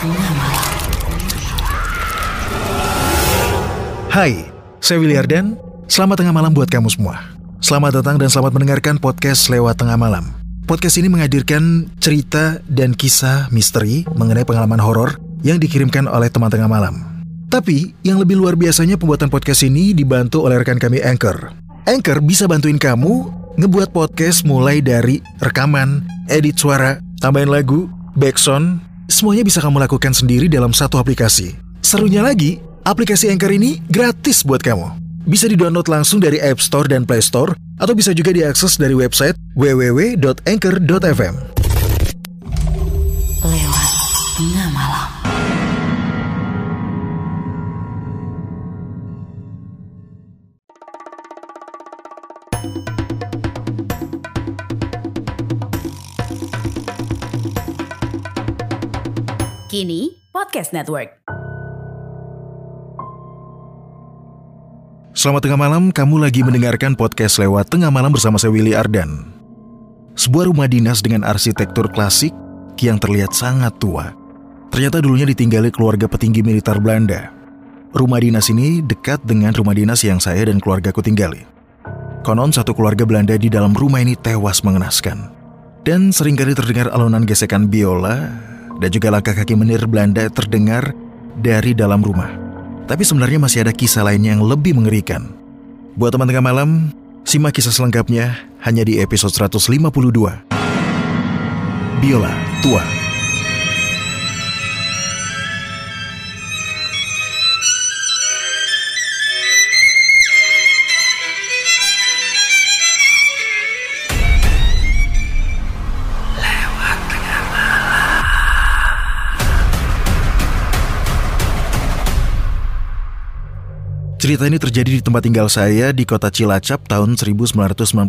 Tengah Malam. Hai, saya Willy Ardan. Selamat tengah malam buat kamu semua. Selamat datang dan selamat mendengarkan podcast Lewat Tengah Malam. Podcast ini menghadirkan cerita dan kisah misteri mengenai pengalaman horor yang dikirimkan oleh teman tengah malam. Tapi, yang lebih luar biasanya pembuatan podcast ini dibantu oleh rekan kami Anchor. Anchor bisa bantuin kamu ngebuat podcast mulai dari rekaman, edit suara, tambahin lagu, backsound, semuanya bisa kamu lakukan sendiri dalam satu aplikasi. Serunya lagi, aplikasi Anchor ini gratis buat kamu. Bisa di-download langsung dari App Store dan Play Store, atau bisa juga diakses dari website www.anchor.fm. Lewat Tengah Malam. Kini Podcast Network. Selamat tengah malam, kamu lagi mendengarkan podcast Lewat Tengah Malam bersama saya Willy Ardan. Sebuah rumah dinas dengan arsitektur klasik yang terlihat sangat tua. Ternyata dulunya ditinggali keluarga petinggi militer Belanda. Rumah dinas ini dekat dengan rumah dinas yang saya dan keluargaku tinggali. Konon satu keluarga Belanda di dalam rumah ini tewas mengenaskan. Dan seringkali terdengar alunan gesekan biola dan juga langkah kaki menir Belanda terdengar dari dalam rumah. Tapi sebenarnya masih ada kisah lainnya yang lebih mengerikan. Buat teman tengah malam, simak kisah selengkapnya hanya di episode 152. Biola Tua. Cerita ini terjadi di tempat tinggal saya di kota Cilacap tahun 1991.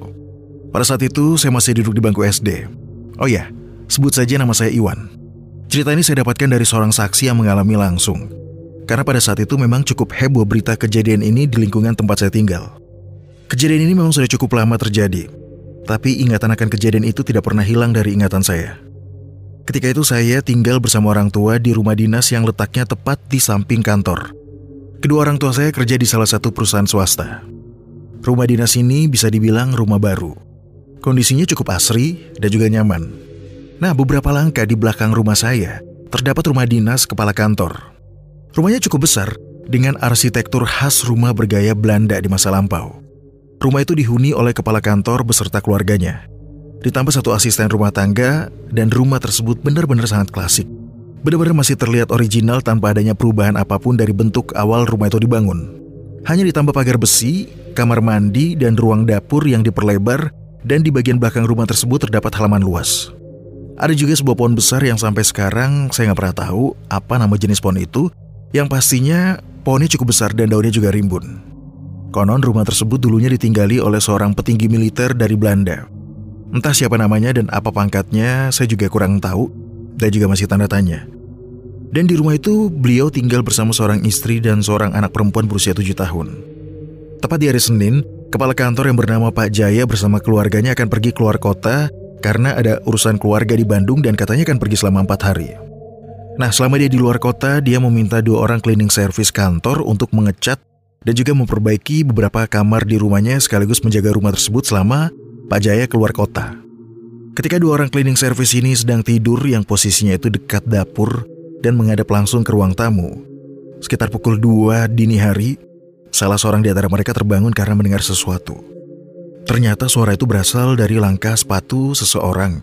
Pada saat itu saya masih duduk di bangku SD. Oh ya, sebut saja nama saya Iwan. Cerita ini saya dapatkan dari seorang saksi yang mengalami langsung. Karena pada saat itu memang cukup heboh berita kejadian ini di lingkungan tempat saya tinggal. Kejadian ini memang sudah cukup lama terjadi. Tapi ingatan akan kejadian itu tidak pernah hilang dari ingatan saya. Ketika itu saya tinggal bersama orang tua di rumah dinas yang letaknya tepat di samping kantor. Kedua orang tua saya kerja di salah satu perusahaan swasta. Rumah dinas ini bisa dibilang rumah baru. Kondisinya cukup asri dan juga nyaman. Nah, beberapa langkah di belakang rumah saya terdapat rumah dinas kepala kantor. Rumahnya cukup besar dengan arsitektur khas rumah bergaya Belanda di masa lampau. Rumah itu dihuni oleh kepala kantor beserta keluarganya. Ditambah satu asisten rumah tangga dan rumah tersebut benar-benar sangat klasik. Benar-benar masih terlihat original tanpa adanya perubahan apapun dari bentuk awal rumah itu dibangun. Hanya ditambah pagar besi, kamar mandi, dan ruang dapur yang diperlebar, dan di bagian belakang rumah tersebut terdapat halaman luas. Ada juga sebuah pohon besar yang sampai sekarang saya nggak pernah tahu apa nama jenis pohon itu, yang pastinya pohonnya cukup besar dan daunnya juga rimbun. Konon rumah tersebut dulunya ditinggali oleh seorang petinggi militer dari Belanda. Entah siapa namanya dan apa pangkatnya, saya juga kurang tahu, dan juga masih tanda tanya. Dan di rumah itu beliau tinggal bersama seorang istri dan seorang anak perempuan berusia 7 tahun. Tepat di hari Senin, kepala kantor yang bernama Pak Jaya bersama keluarganya akan pergi keluar kota karena ada urusan keluarga di Bandung dan katanya akan pergi selama 4 hari. Nah, selama dia di luar kota, dia meminta 2 orang cleaning service kantor untuk mengecat dan juga memperbaiki beberapa kamar di rumahnya sekaligus menjaga rumah tersebut selama Pak Jaya keluar kota. Ketika 2 orang cleaning service ini sedang tidur yang posisinya itu dekat dapur dan menghadap langsung ke ruang tamu, sekitar pukul 2 dini hari, salah seorang di antara mereka terbangun karena mendengar sesuatu. Ternyata suara itu berasal dari langkah sepatu seseorang.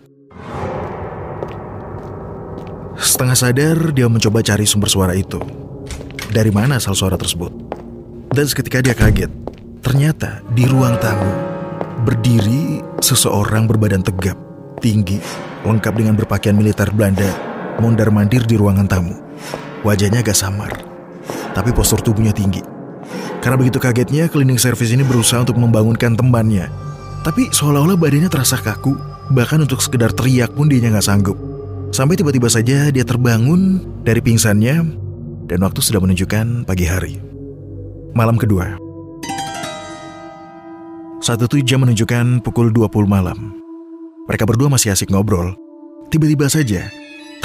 Setengah sadar, dia mencoba cari sumber suara itu. Dari mana asal suara tersebut? Dan seketika dia kaget. Ternyata di ruang tamu berdiri seseorang berbadan tegap, tinggi, lengkap dengan berpakaian militer Belanda, mondar-mandir di ruangan tamu. Wajahnya agak samar, tapi postur tubuhnya tinggi. Karena begitu kagetnya, cleaning service ini berusaha untuk membangunkan temannya. Tapi seolah-olah badannya terasa kaku, bahkan untuk sekedar teriak pun dia nggak sanggup. Sampai tiba-tiba saja dia terbangun dari pingsannya, dan waktu sudah menunjukkan pagi hari. Malam kedua. Saat itu jam menunjukkan pukul 20 malam. Mereka berdua masih asik ngobrol. Tiba-tiba saja,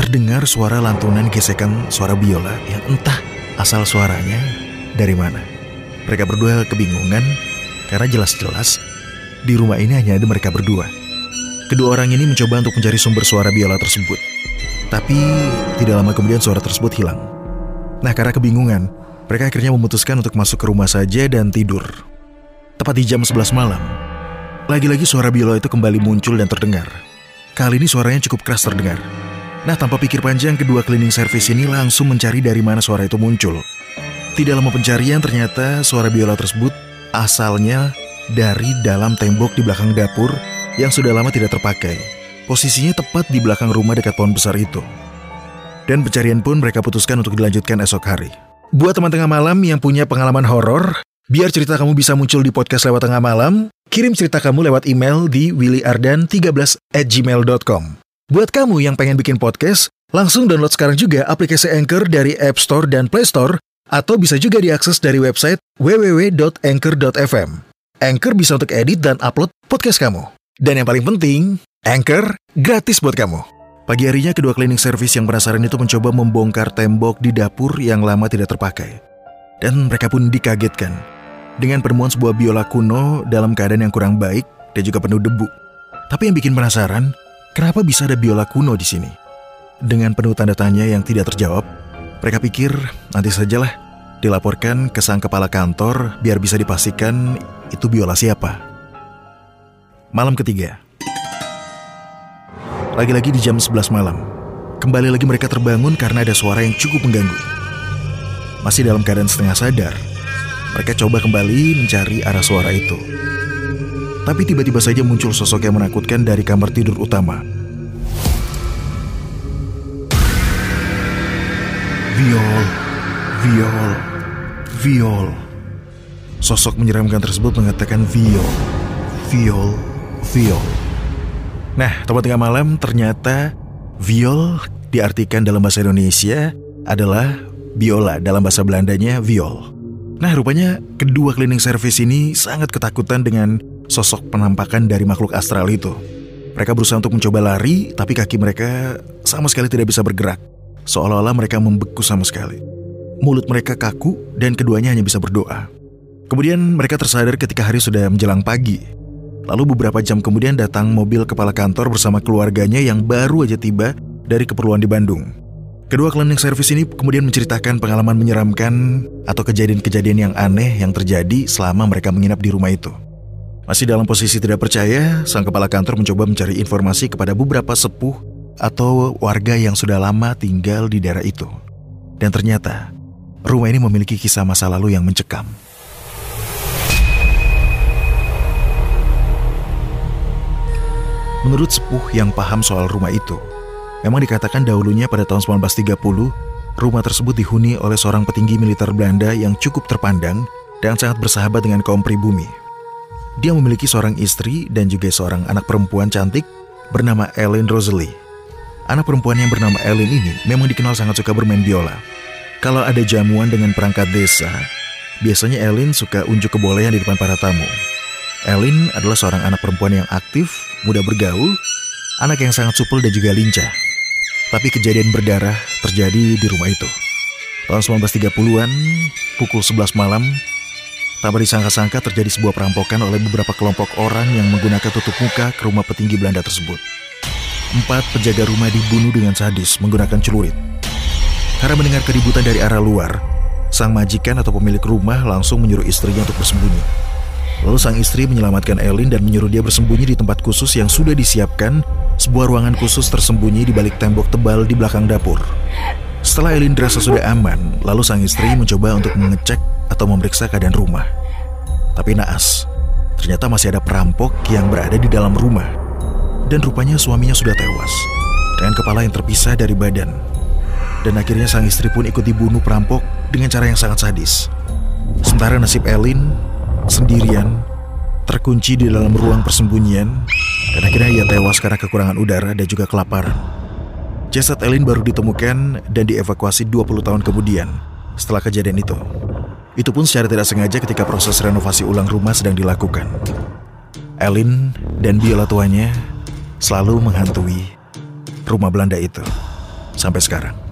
terdengar suara lantunan gesekan suara biola yang entah asal suaranya dari mana. Mereka berdua kebingungan karena jelas-jelas di rumah ini hanya ada mereka berdua. Kedua orang ini mencoba untuk mencari sumber suara biola tersebut. Tapi tidak lama kemudian suara tersebut hilang. Nah, karena kebingungan, mereka akhirnya memutuskan untuk masuk ke rumah saja dan tidur. Tepat di jam 11 malam, lagi-lagi suara biola itu kembali muncul dan terdengar. Kali ini suaranya cukup keras terdengar. Nah, tanpa pikir panjang, kedua cleaning service ini langsung mencari dari mana suara itu muncul. Tidak lama pencarian, ternyata suara biola tersebut asalnya dari dalam tembok di belakang dapur yang sudah lama tidak terpakai. Posisinya tepat di belakang rumah dekat pohon besar itu. Dan pencarian pun mereka putuskan untuk dilanjutkan esok hari. Buat teman tengah malam yang punya pengalaman horor, biar cerita kamu bisa muncul di podcast lewat tengah malam, kirim cerita kamu lewat email di willyardan13@gmail.com. Buat kamu yang pengen bikin podcast, langsung download sekarang juga aplikasi Anchor dari App Store dan Play Store, atau bisa juga diakses dari website www.anchor.fm. Anchor bisa untuk edit dan upload podcast kamu. Dan yang paling penting, Anchor gratis buat kamu. Pagi harinya kedua cleaning service yang penasaran itu mencoba membongkar tembok di dapur yang lama tidak terpakai. Dan mereka pun dikagetkan dengan penemuan sebuah biola kuno dalam keadaan yang kurang baik dan juga penuh debu. Tapi yang bikin penasaran, kenapa bisa ada biola kuno di sini? Dengan penuh tanda tanya yang tidak terjawab, mereka pikir nanti sajalah dilaporkan ke sang kepala kantor biar bisa dipastikan itu biola siapa. Malam ketiga. Lagi-lagi di jam 11 malam, kembali lagi mereka terbangun karena ada suara yang cukup mengganggu. Masih dalam keadaan setengah sadar, mereka coba kembali mencari arah suara itu. Tapi tiba-tiba saja muncul sosok yang menakutkan dari kamar tidur utama. Viol, viol, viol. Sosok menyeramkan tersebut mengatakan viol, viol, viol. Nah, tepat tengah malam ternyata viol diartikan dalam bahasa Indonesia adalah biola, dalam bahasa Belandanya viol. Nah, rupanya kedua cleaning service ini sangat ketakutan dengan sosok penampakan dari makhluk astral itu. Mereka berusaha untuk mencoba lari, tapi kaki mereka sama sekali tidak bisa bergerak. Seolah-olah mereka membeku sama sekali. Mulut mereka kaku dan keduanya hanya bisa berdoa. Kemudian mereka tersadar ketika hari sudah menjelang pagi. Lalu beberapa jam kemudian datang mobil kepala kantor bersama keluarganya yang baru aja tiba dari keperluan di Bandung. Kedua cleaning service ini kemudian menceritakan pengalaman menyeramkan atau kejadian-kejadian yang aneh yang terjadi selama mereka menginap di rumah itu. Masih dalam posisi tidak percaya, sang kepala kantor mencoba mencari informasi kepada beberapa sepuh atau warga yang sudah lama tinggal di daerah itu. Dan ternyata, rumah ini memiliki kisah masa lalu yang mencekam. Menurut sepuh yang paham soal rumah itu, memang dikatakan dahulunya pada tahun 1930, rumah tersebut dihuni oleh seorang petinggi militer Belanda yang cukup terpandang dan sangat bersahabat dengan kaum pribumi. Dia memiliki seorang istri dan juga seorang anak perempuan cantik bernama Ellen Rosalie. Anak perempuan yang bernama Ellen ini memang dikenal sangat suka bermain biola. Kalau ada jamuan dengan perangkat desa, biasanya Ellen suka unjuk kebolehan di depan para tamu. Ellen adalah seorang anak perempuan yang aktif, mudah bergaul, anak yang sangat supel dan juga lincah. Tapi kejadian berdarah terjadi di rumah itu. Tahun 1930-an, pukul 11 malam, tanpa disangka-sangka terjadi sebuah perampokan oleh beberapa kelompok orang yang menggunakan tutup muka ke rumah petinggi Belanda tersebut. 4 penjaga rumah dibunuh dengan sadis menggunakan celurit. Karena mendengar keributan dari arah luar, sang majikan atau pemilik rumah langsung menyuruh istrinya untuk bersembunyi. Lalu sang istri menyelamatkan Ellen dan menyuruh dia bersembunyi di tempat khusus yang sudah disiapkan, sebuah ruangan khusus tersembunyi di balik tembok tebal di belakang dapur. Setelah Ellen dirasa sudah aman, lalu sang istri mencoba untuk mengecek atau memeriksa keadaan rumah. Tapi naas, ternyata masih ada perampok yang berada di dalam rumah. Dan rupanya suaminya sudah tewas, dengan kepala yang terpisah dari badan. Dan akhirnya sang istri pun ikut dibunuh perampok dengan cara yang sangat sadis. Sementara nasib Ellen sendirian, terkunci di dalam ruang persembunyian, dan akhirnya ia tewas karena kekurangan udara dan juga kelaparan. Jasad Ellen baru ditemukan dan dievakuasi 20 tahun kemudian setelah kejadian itu. Itu pun secara tidak sengaja ketika proses renovasi ulang rumah sedang dilakukan. Ellen dan biola tuanya selalu menghantui rumah Belanda itu. sampai sekarang.